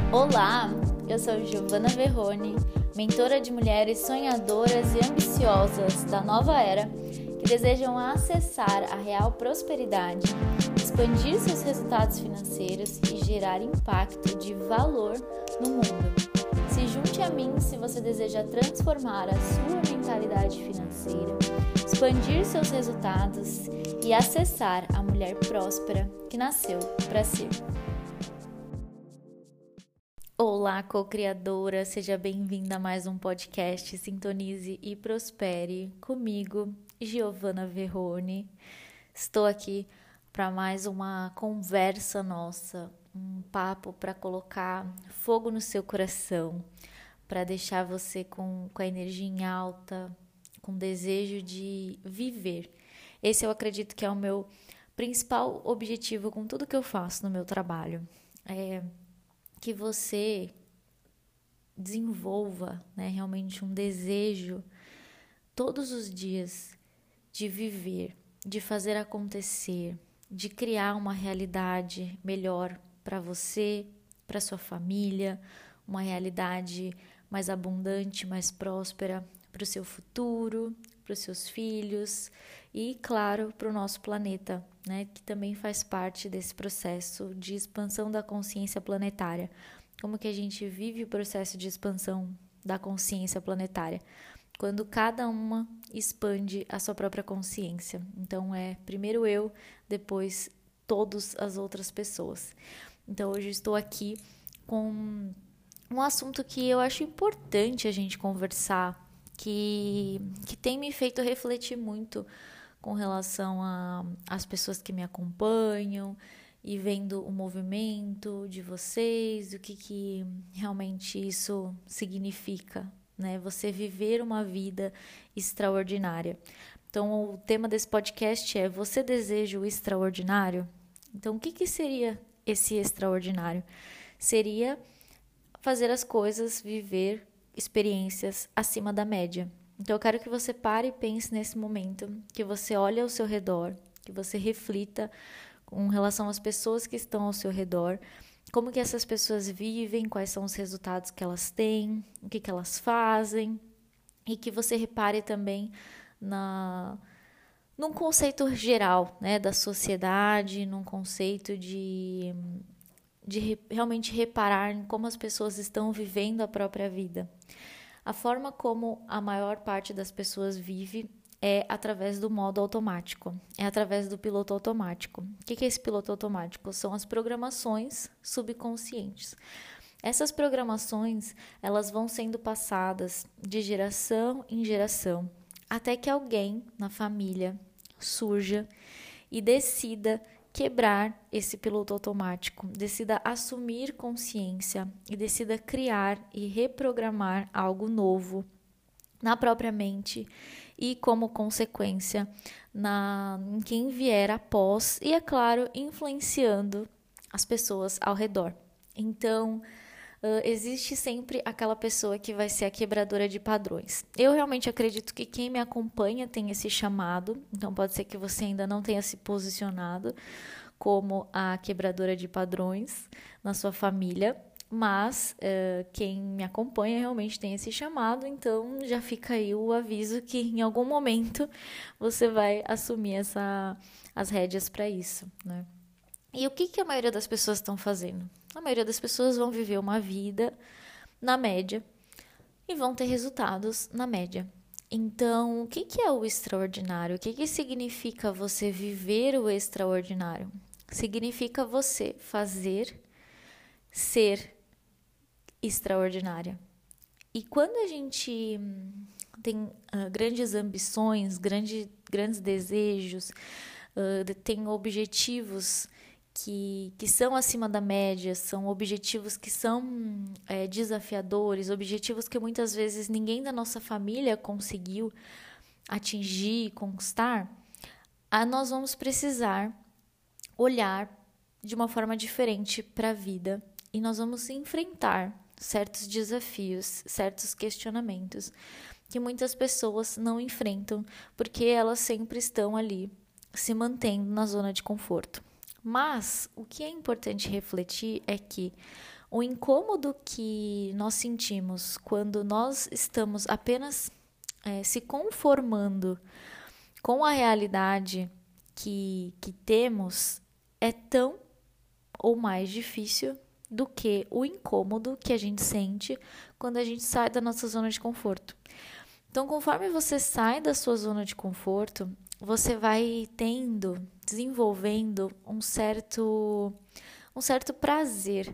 Olá, eu sou Giovana Verrone, mentora de mulheres sonhadoras e ambiciosas da nova era que desejam acessar a real prosperidade, expandir seus resultados financeiros e gerar impacto de valor no mundo. Se junte a mim se você deseja transformar a sua mentalidade financeira, expandir seus resultados e acessar a mulher próspera que nasceu para ser. Olá, co-criadora, seja bem-vinda a mais um podcast Sintonize e Prospere comigo, Giovana Verrone. Estou aqui para mais uma conversa nossa, um papo para colocar fogo no seu coração, para deixar você com a energia em alta, com desejo de viver. Esse eu acredito que é o meu principal objetivo com tudo que eu faço no meu trabalho. Que você desenvolva, realmente um desejo todos os dias de viver, de fazer acontecer, de criar uma realidade melhor para você, para sua família, uma realidade mais abundante, mais próspera para o seu futuro, para os seus filhos e, claro, para o nosso planeta, que também faz parte desse processo de expansão da consciência planetária. Como que a gente vive o processo de expansão da consciência planetária? Quando cada uma expande a sua própria consciência. Então, primeiro eu, depois todas as outras pessoas. Então, hoje eu estou aqui com um assunto que eu acho importante a gente conversar, que tem me feito refletir muito com relação às pessoas que me acompanham e vendo o movimento de vocês, o que realmente isso significa, Você viver uma vida extraordinária. Então, o tema desse podcast é: você deseja o extraordinário? Então, o que seria esse extraordinário? Seria fazer as coisas, viver experiências acima da média. Então eu quero que você pare e pense nesse momento, que você olhe ao seu redor, que você reflita com relação às pessoas que estão ao seu redor, como que essas pessoas vivem, quais são os resultados que elas têm, o que elas fazem, e que você repare também num conceito geral, da sociedade, num conceito de realmente reparar em como as pessoas estão vivendo a própria vida. A forma como a maior parte das pessoas vive é através do modo automático, é através do piloto automático. O que é esse piloto automático? São as programações subconscientes. Essas programações, elas vão sendo passadas de geração em geração, até que alguém na família surja e decida quebrar esse piloto automático, decida assumir consciência e decida criar e reprogramar algo novo na própria mente e, como consequência, em quem vier após e, é claro, influenciando as pessoas ao redor. Então, existe sempre aquela pessoa que vai ser a quebradora de padrões. Eu realmente acredito que quem me acompanha tem esse chamado, então pode ser que você ainda não tenha se posicionado como a quebradora de padrões na sua família, mas quem me acompanha realmente tem esse chamado, então já fica aí o aviso que em algum momento você vai assumir as rédeas para isso, E o que a maioria das pessoas estão fazendo? A maioria das pessoas vão viver uma vida na média e vão ter resultados na média. Então, o que é o extraordinário? O que significa você viver o extraordinário? Significa você fazer, ser extraordinária. E quando a gente tem grandes ambições, grandes desejos, tem objetivos que são acima da média, são objetivos que são desafiadores, objetivos que muitas vezes ninguém da nossa família conseguiu atingir, conquistar, nós vamos precisar olhar de uma forma diferente para a vida e nós vamos enfrentar certos desafios, certos questionamentos que muitas pessoas não enfrentam porque elas sempre estão ali se mantendo na zona de conforto. Mas o que é importante refletir é que O incômodo que nós sentimos quando nós estamos apenas se conformando com a realidade que temos é tão ou mais difícil do que o incômodo que a gente sente quando a gente sai da nossa zona de conforto. Então, conforme você sai da sua zona de conforto, você vai desenvolvendo um certo prazer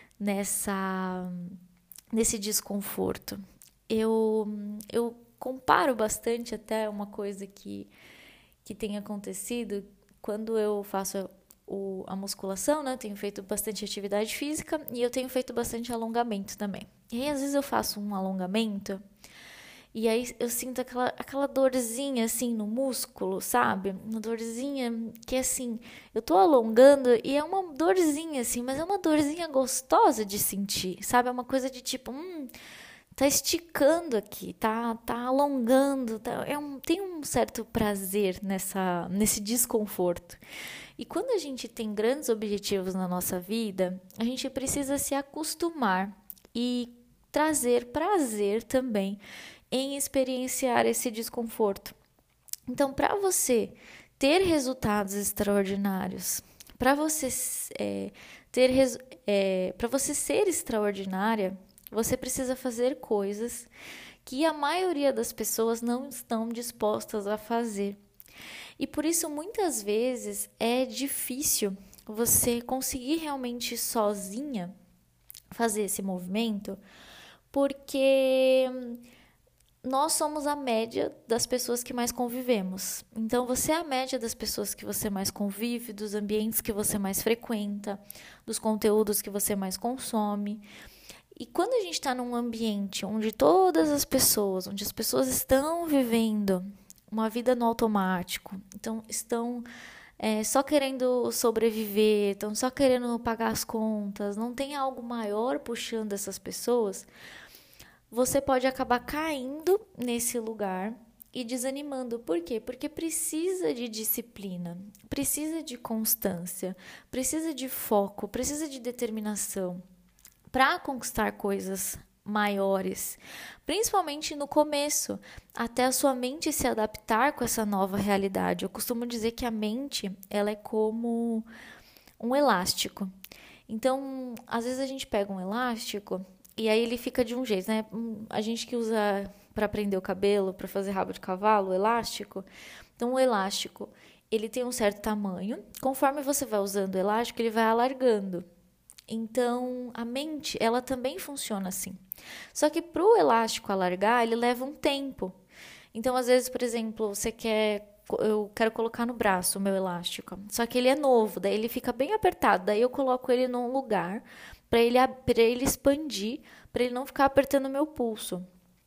nesse desconforto. Eu comparo bastante até uma coisa que tem acontecido quando eu faço a musculação, né? Eu tenho feito bastante atividade física e eu tenho feito bastante alongamento também. E aí, às vezes eu faço um alongamento e aí eu sinto aquela dorzinha assim no músculo, sabe? Uma dorzinha que assim, eu tô alongando e é uma dorzinha assim, mas é uma dorzinha gostosa de sentir, sabe? É uma coisa de tipo, tá esticando aqui, tá alongando, tem um certo prazer nesse desconforto. E quando a gente tem grandes objetivos na nossa vida, a gente precisa se acostumar e trazer prazer também em experienciar esse desconforto. Então, para você ter resultados extraordinários, para você para você ser extraordinária, você precisa fazer coisas que a maioria das pessoas não estão dispostas a fazer. E por isso, muitas vezes, é difícil você conseguir realmente sozinha fazer esse movimento, porque nós somos a média das pessoas que mais convivemos. Então, você é a média das pessoas que você mais convive, dos ambientes que você mais frequenta, dos conteúdos que você mais consome. E quando a gente está num ambiente onde onde as pessoas estão vivendo uma vida no automático, então estão só querendo sobreviver, estão só querendo pagar as contas, não tem algo maior puxando essas pessoas, você pode acabar caindo nesse lugar e desanimando. Por quê? Porque precisa de disciplina, precisa de constância, precisa de foco, precisa de determinação para conquistar coisas maiores, principalmente no começo, até a sua mente se adaptar com essa nova realidade. Eu costumo dizer que a mente, ela é como um elástico. Então, às vezes a gente pega um elástico e aí ele fica de um jeito, né? A gente que usa para prender o cabelo, para fazer rabo de cavalo, o elástico. Então, o elástico, ele tem um certo tamanho. Conforme você vai usando o elástico, ele vai alargando. Então, a mente, ela também funciona assim. Só que para o elástico alargar, ele leva um tempo. Então, às vezes, por exemplo, eu quero colocar no braço o meu elástico. Só que ele é novo, daí ele fica bem apertado. Daí eu coloco ele num lugar para ele expandir, para ele não ficar apertando o meu pulso.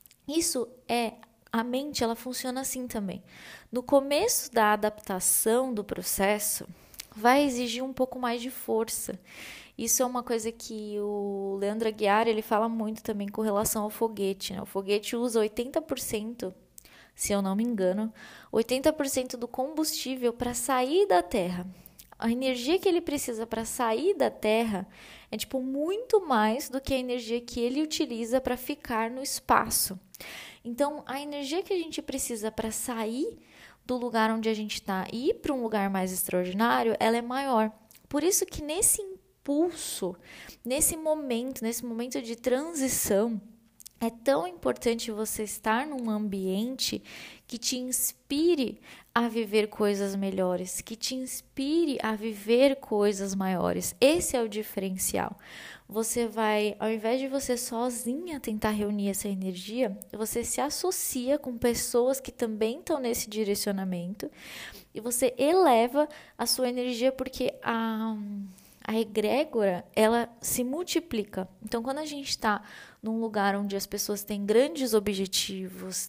A mente, ela funciona assim também. No começo da adaptação do processo, vai exigir um pouco mais de força. Isso é uma coisa que o Leandro Aguiar, ele fala muito também com relação ao foguete, né? O foguete usa 80%, se eu não me engano, 80% do combustível para sair da Terra. A energia que ele precisa para sair da Terra é tipo muito mais do que a energia que ele utiliza para ficar no espaço. Então, a energia que a gente precisa para sair do lugar onde a gente está e ir para um lugar mais extraordinário, ela é maior. Por isso que nesse impulso, nesse momento de transição, é tão importante você estar num ambiente que te inspire a viver coisas melhores, que te inspire a viver coisas maiores. Esse é o diferencial. Você vai, ao invés de você sozinha tentar reunir essa energia, você se associa com pessoas que também estão nesse direcionamento e você eleva a sua energia, porque a egrégora, ela se multiplica. Então, quando a gente está num lugar onde as pessoas têm grandes objetivos,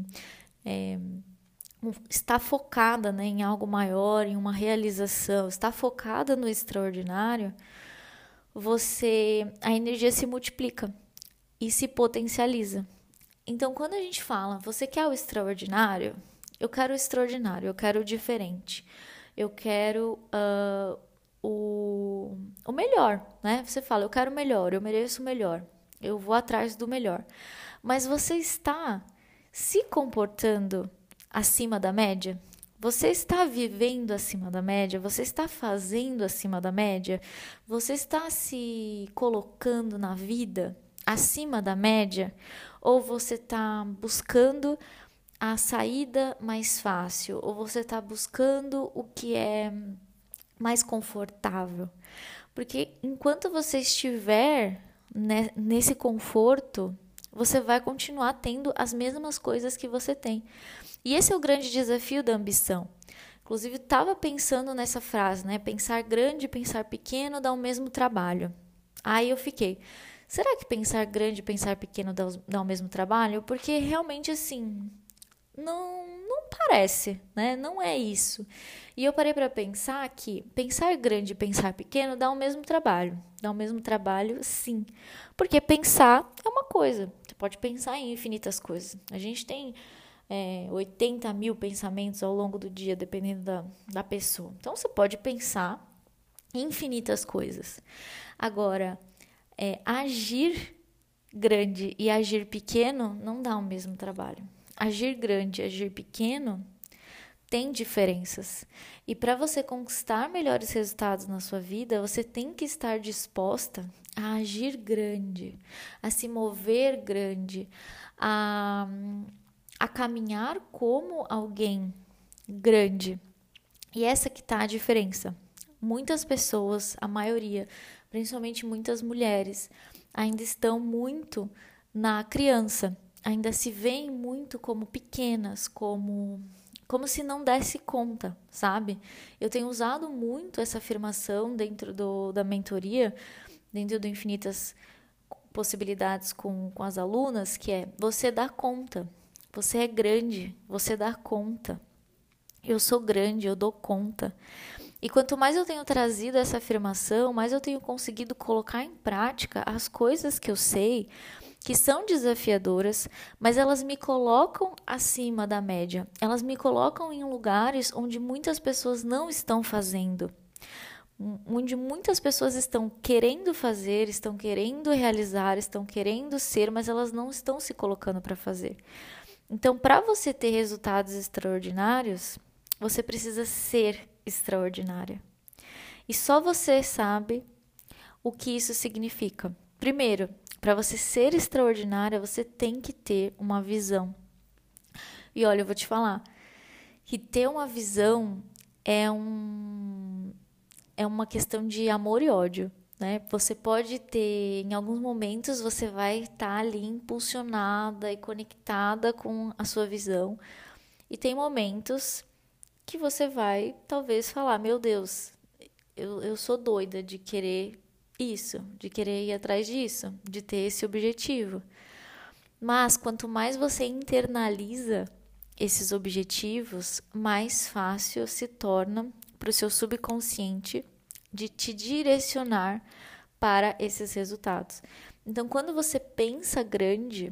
está focada, né, em algo maior, em uma realização, está focada no extraordinário, a energia se multiplica e se potencializa. Então, quando a gente fala, você quer o extraordinário? Eu quero o extraordinário, eu quero o diferente. Eu quero o melhor, né? Você fala, eu quero o melhor, eu mereço o melhor, eu vou atrás do melhor. Mas você está se comportando acima da média? Você está vivendo acima da média? Você está fazendo acima da média? Você está se colocando na vida acima da média? Ou você está buscando a saída mais fácil? Ou você está buscando o que é mais confortável? Porque enquanto você estiver nesse conforto, você vai continuar tendo as mesmas coisas que você tem. E esse é o grande desafio da ambição. Inclusive, estava pensando nessa frase, né? Pensar grande e pensar pequeno dá o mesmo trabalho. Aí eu fiquei, será que pensar grande e pensar pequeno dá o mesmo trabalho? Porque realmente, assim, não parece, né? Não é isso. E eu parei para pensar que pensar grande e pensar pequeno dá o mesmo trabalho. Dá o mesmo trabalho, sim. Porque pensar é uma coisa. Você pode pensar em infinitas coisas. A gente tem 80 mil pensamentos ao longo do dia, dependendo da pessoa. Então, você pode pensar em infinitas coisas. Agora, agir grande e agir pequeno não dá o mesmo trabalho. Agir grande e agir pequeno tem diferenças. E para você conquistar melhores resultados na sua vida, você tem que estar disposta a agir grande, a se mover grande, a caminhar como alguém grande. E essa que tá a diferença. Muitas pessoas, a maioria, principalmente muitas mulheres, ainda estão muito na criança, ainda se veem muito como pequenas, como se não desse conta, sabe? Eu tenho usado muito essa afirmação dentro da mentoria, dentro do Infinitas Possibilidades com as alunas, que é: você dá conta, você é grande, você dá conta. Eu sou grande, eu dou conta. E quanto mais eu tenho trazido essa afirmação, mais eu tenho conseguido colocar em prática as coisas que eu sei, que são desafiadoras, mas elas me colocam acima da média. Elas me colocam em lugares onde muitas pessoas não estão fazendo. Onde muitas pessoas estão querendo fazer, estão querendo realizar, estão querendo ser, mas elas não estão se colocando para fazer. Então, para você ter resultados extraordinários, você precisa ser extraordinária. E só você sabe o que isso significa. Primeiro, para você ser extraordinária, você tem que ter uma visão. E olha, eu vou te falar que ter uma visão é uma questão de amor e ódio, né? Você pode ter, em alguns momentos, você vai estar ali impulsionada e conectada com a sua visão. E tem momentos que você vai, talvez, falar: meu Deus, eu sou doida de querer isso, de querer ir atrás disso, de ter esse objetivo. Mas quanto mais você internaliza esses objetivos, mais fácil se torna para o seu subconsciente de te direcionar para esses resultados. Então, quando você pensa grande,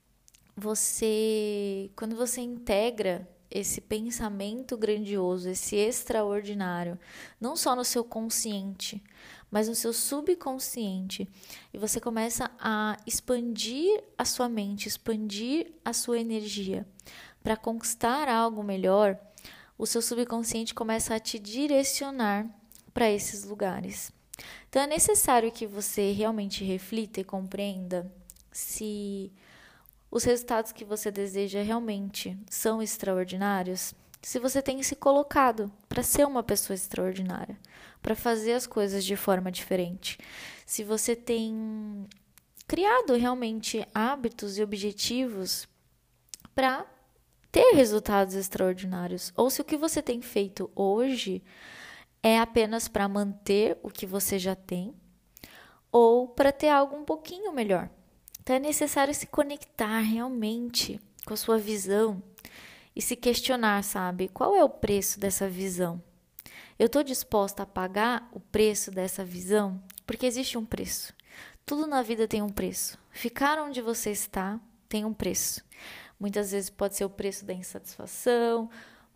quando você integra esse pensamento grandioso, esse extraordinário, não só no seu consciente, mas no seu subconsciente, e você começa a expandir a sua mente, expandir a sua energia para conquistar algo melhor, o seu subconsciente começa a te direcionar para esses lugares. Então é necessário que você realmente reflita e compreenda se os resultados que você deseja realmente são extraordinários, se você tem se colocado para ser uma pessoa extraordinária, para fazer as coisas de forma diferente, se você tem criado realmente hábitos e objetivos para ter resultados extraordinários, ou se o que você tem feito hoje é apenas para manter o que você já tem, ou para ter algo um pouquinho melhor. Então é necessário se conectar realmente com a sua visão e se questionar, sabe? Qual é o preço dessa visão? Eu estou disposta a pagar o preço dessa visão? Porque existe um preço. Tudo na vida tem um preço. Ficar onde você está tem um preço. Muitas vezes pode ser o preço da insatisfação,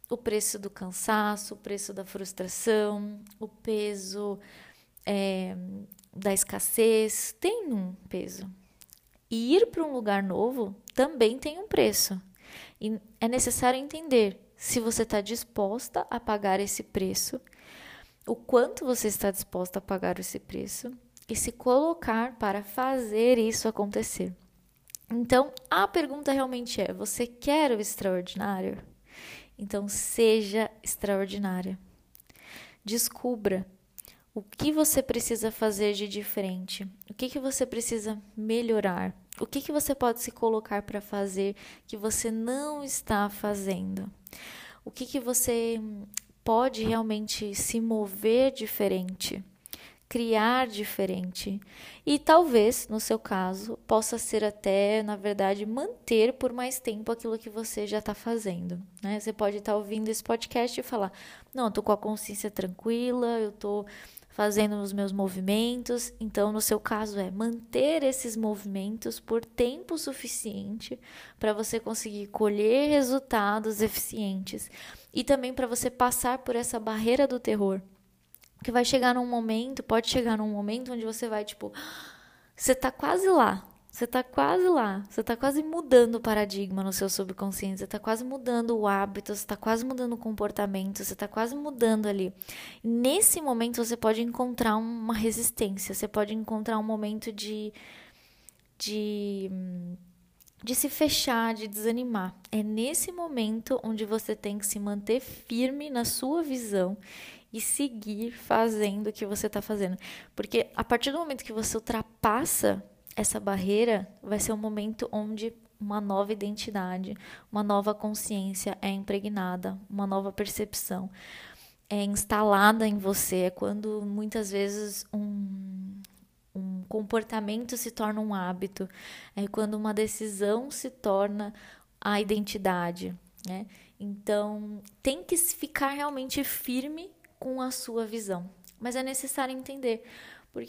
o preço do cansaço, o preço da frustração, o peso da escassez, tem um peso. E ir para um lugar novo também tem um preço. E é necessário entender se você está disposta a pagar esse preço, o quanto você está disposta a pagar esse preço e se colocar para fazer isso acontecer. Então, a pergunta realmente é: você quer o extraordinário? Então, seja extraordinária. Descubra o que você precisa fazer de diferente, o que você precisa melhorar, o que você pode se colocar para fazer que você não está fazendo, o que você pode realmente se mover diferente, criar diferente. E talvez, no seu caso, possa ser até, na verdade, manter por mais tempo aquilo que você já está fazendo, né? Você pode estar ouvindo esse podcast e falar: não, eu tô com a consciência tranquila, eu tô fazendo os meus movimentos. Então, no seu caso, é manter esses movimentos por tempo suficiente para você conseguir colher resultados eficientes e também para você passar por essa barreira do terror. Que vai chegar num momento, pode chegar num momento onde você vai, tipo, você tá quase lá, você tá quase lá, você tá quase mudando o paradigma no seu subconsciente, você tá quase mudando o hábito, você tá quase mudando o comportamento, você tá quase mudando ali. Nesse momento você pode encontrar uma resistência, você pode encontrar um momento de se fechar, de desanimar. É nesse momento onde você tem que se manter firme na sua visão e seguir fazendo o que você está fazendo. Porque a partir do momento que você ultrapassa essa barreira, vai ser um momento onde uma nova identidade, uma nova consciência é impregnada, uma nova percepção é instalada em você. É quando muitas vezes um comportamento se torna um hábito, é quando uma decisão se torna a identidade, né? Então, tem que ficar realmente firme com a sua visão. Mas é necessário entender, porque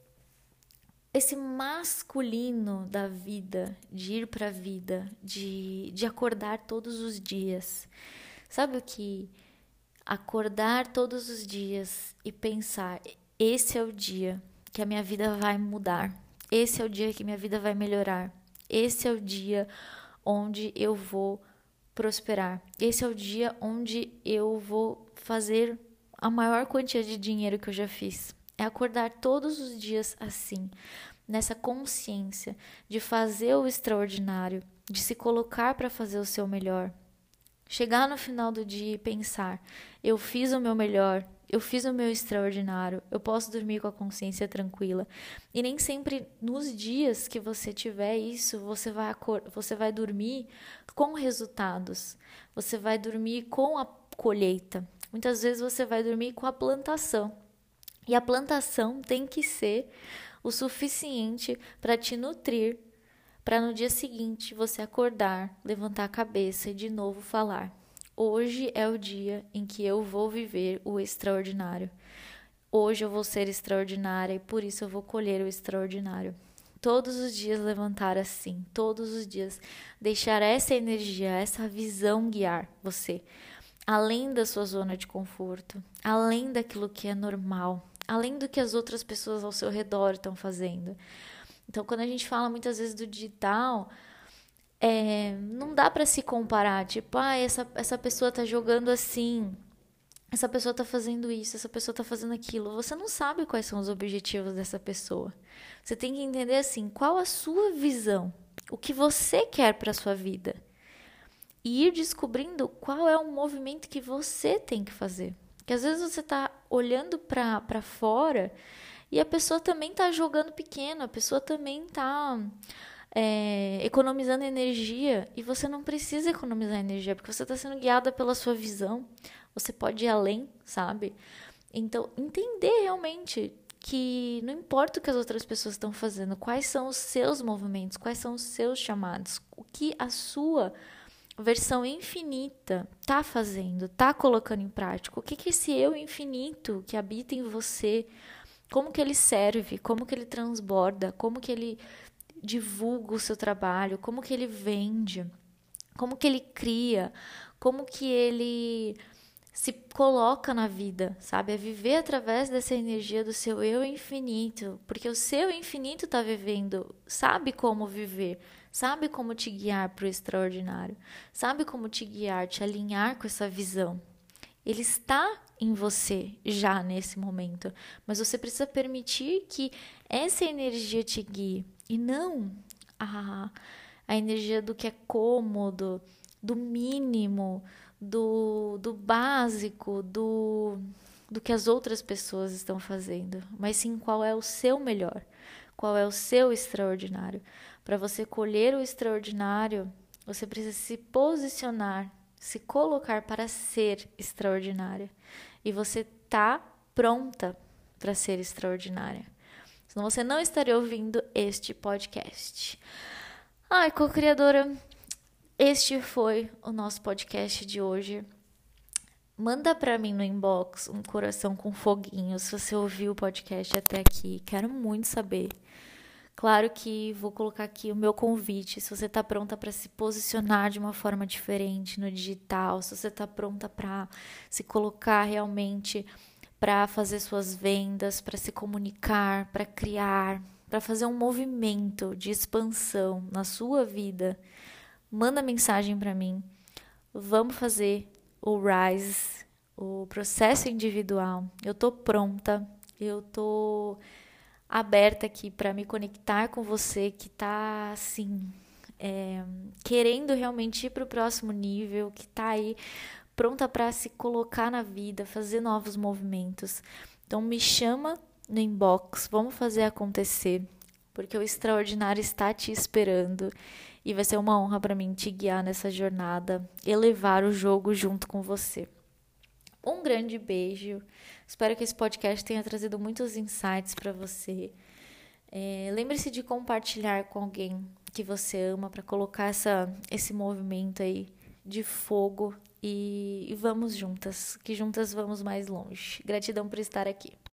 esse masculino da vida, de ir para a vida, de acordar todos os dias. Sabe o que? Acordar todos os dias e pensar: esse é o dia que a minha vida vai mudar. Esse é o dia que minha vida vai melhorar. Esse é o dia onde eu vou prosperar. Esse é o dia onde eu vou fazer a maior quantia de dinheiro que eu já fiz. É acordar todos os dias assim, nessa consciência de fazer o extraordinário, de se colocar para fazer o seu melhor. Chegar no final do dia e pensar: eu fiz o meu melhor, eu fiz o meu extraordinário, eu posso dormir com a consciência tranquila. E nem sempre nos dias que você tiver isso, você vai dormir com resultados, você vai dormir com a colheita. Muitas vezes você vai dormir com a plantação. E a plantação tem que ser o suficiente para te nutrir, para no dia seguinte você acordar, levantar a cabeça e de novo falar: hoje é o dia em que eu vou viver o extraordinário. Hoje eu vou ser extraordinária e por isso eu vou colher o extraordinário. Todos os dias levantar assim, todos os dias deixar essa energia, essa visão guiar você, além da sua zona de conforto, além daquilo que é normal, além do que as outras pessoas ao seu redor estão fazendo. Então, quando a gente fala muitas vezes do digital, não dá para se comparar, tipo, essa pessoa tá jogando assim, essa pessoa tá fazendo isso, essa pessoa tá fazendo aquilo. Você não sabe quais são os objetivos dessa pessoa. Você tem que entender assim, qual a sua visão, o que você quer para sua vida. E ir descobrindo qual é o movimento que você tem que fazer. Porque às vezes você tá olhando para fora e a pessoa também tá jogando pequeno, a pessoa também tá economizando energia, e você não precisa economizar energia, porque você está sendo guiada pela sua visão, você pode ir além, sabe? Então, entender realmente que não importa o que as outras pessoas estão fazendo, quais são os seus movimentos, quais são os seus chamados, o que a sua versão infinita tá fazendo, tá colocando em prática, o que esse eu infinito que habita em você, como que ele serve, como que ele transborda, como que ele divulga o seu trabalho, como que ele vende, como que ele cria, como que ele se coloca na vida, sabe? É viver através dessa energia do seu eu infinito, porque o seu infinito está vivendo, sabe como viver, sabe como te guiar para o extraordinário, sabe como te guiar, te alinhar com essa visão. Ele está em você já nesse momento, mas você precisa permitir que essa energia te guie e não a energia do que é cômodo, do mínimo, do básico, do que as outras pessoas estão fazendo, mas sim qual é o seu melhor, qual é o seu extraordinário. Para você colher o extraordinário, você precisa se posicionar, se colocar para ser extraordinária. E você tá pronta para ser extraordinária. Senão você não estaria ouvindo este podcast. Ai, co-criadora, este foi o nosso podcast de hoje. Manda para mim no inbox um coração com foguinho se você ouviu o podcast até aqui. Quero muito saber. Claro que vou colocar aqui o meu convite, se você está pronta para se posicionar de uma forma diferente no digital, se você está pronta para se colocar realmente para fazer suas vendas, para se comunicar, para criar, para fazer um movimento de expansão na sua vida, manda mensagem para mim. Vamos fazer o Rise, o processo individual. Eu tô pronta, eu tô aberta aqui para me conectar com você que tá assim, querendo realmente ir para o próximo nível, que tá aí pronta para se colocar na vida, fazer novos movimentos. Então me chama no inbox, vamos fazer acontecer, porque o extraordinário está te esperando e vai ser uma honra para mim te guiar nessa jornada, elevar o jogo junto com você. Um grande beijo. Espero que esse podcast tenha trazido muitos insights para você. Lembre-se de compartilhar com alguém que você ama para colocar esse movimento aí de fogo e vamos juntas, que juntas vamos mais longe. Gratidão por estar aqui.